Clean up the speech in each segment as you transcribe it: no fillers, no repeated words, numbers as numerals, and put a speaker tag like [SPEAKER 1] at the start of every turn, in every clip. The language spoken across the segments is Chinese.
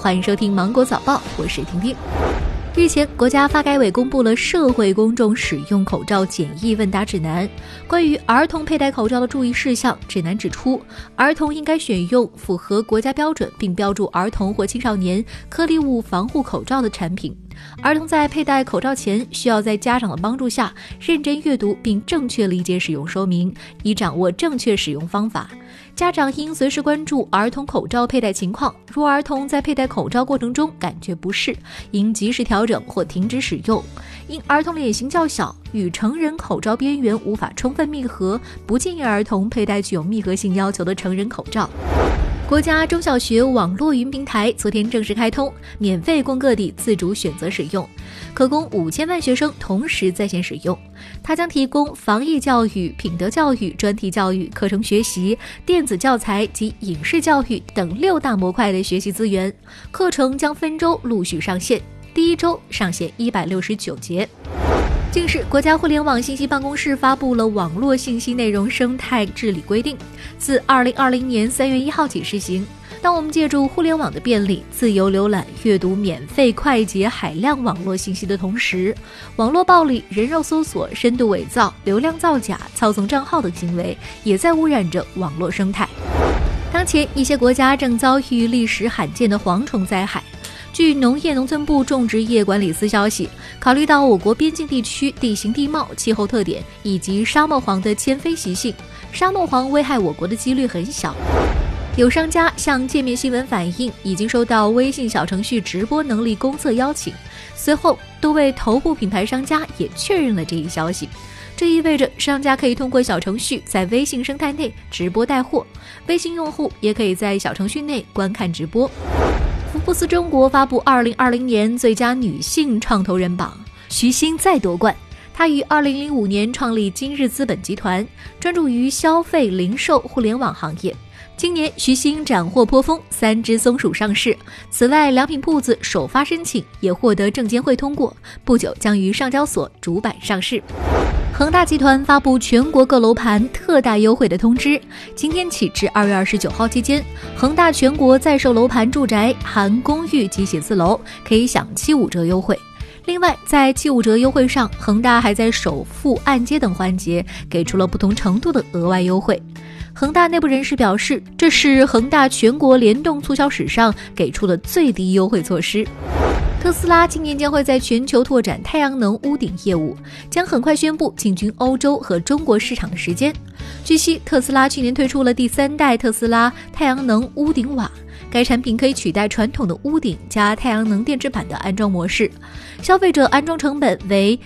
[SPEAKER 1] 欢迎收听芒果早报，我是婷婷。日前，国家发改委公布了社会公众使用口罩简易问答指南。关于儿童佩戴口罩的注意事项，指南指出，儿童应该选用符合国家标准并标注儿童或青少年颗粒物防护口罩的产品。儿童在佩戴口罩前，需要在家长的帮助下认真阅读并正确理解使用说明，以掌握正确使用方法。家长应随时关注儿童口罩佩戴情况，如儿童在佩戴口罩过程中感觉不适，应及时调整或停止使用。因儿童脸型较小，与成人口罩边缘无法充分密合，不建议儿童佩戴具有密合性要求的成人口罩。国家中小学网络云平台昨天正式开通，免费供各地自主选择使用，可供5000万学生同时在线使用。它将提供防疫教育、品德教育、专题教育、课程学习、电子教材及影视教育等6大模块的学习资源，课程将分周陆续上线，第一周上线169节。近日，国家互联网信息办公室发布了网络信息内容生态治理规定，自2020年3月1号起施行。当我们借助互联网的便利，自由浏览、阅读免费快捷海量网络信息的同时，网络暴力、人肉搜索、深度伪造、流量造假、操纵账号等行为也在污染着网络生态。当前，一些国家正遭遇历史罕见的蝗虫灾害。据农业农村部种植业管理司消息，考虑到我国边境地区地形地貌、气候特点以及沙漠蝗的迁飞习性，沙漠蝗危害我国的几率很小。有商家向界面新闻反映，已经收到微信小程序直播能力公测邀请，随后多位头部品牌商家也确认了这一消息。这意味着商家可以通过小程序在微信生态内直播带货，微信用户也可以在小程序内观看直播。福布斯中国发布2020年最佳女性创投人榜，徐新再夺冠。她于2005年创立今日资本集团，专注于消费、零售、互联网行业。今年徐新斩获颇丰，3只松鼠上市。此外，良品铺子首发申请也获得证监会通过，不久将于上交所主板上市。恒大集团发布全国各楼盘特大优惠的通知，今天起至2月29号期间，恒大全国在售楼盘住宅含公寓及写字楼可以享75折优惠。另外，在75折优惠上，恒大还在首付、按揭等环节给出了不同程度的额外优惠。恒大内部人士表示，这是恒大全国联动促销史上给出的最低优惠措施。特斯拉今年将会在全球拓展太阳能屋顶业务，将很快宣布进军欧洲和中国市场的时间。据悉，特斯拉去年推出了第3代特斯拉太阳能屋顶瓦，该产品可以取代传统的屋顶加太阳能电池板的安装模式，消费者安装成本为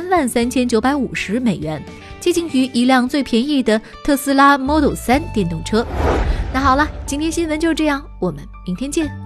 [SPEAKER 1] $33,950，接近于一辆最便宜的特斯拉 Model 3电动车。那好了，今天新闻就这样，我们明天见。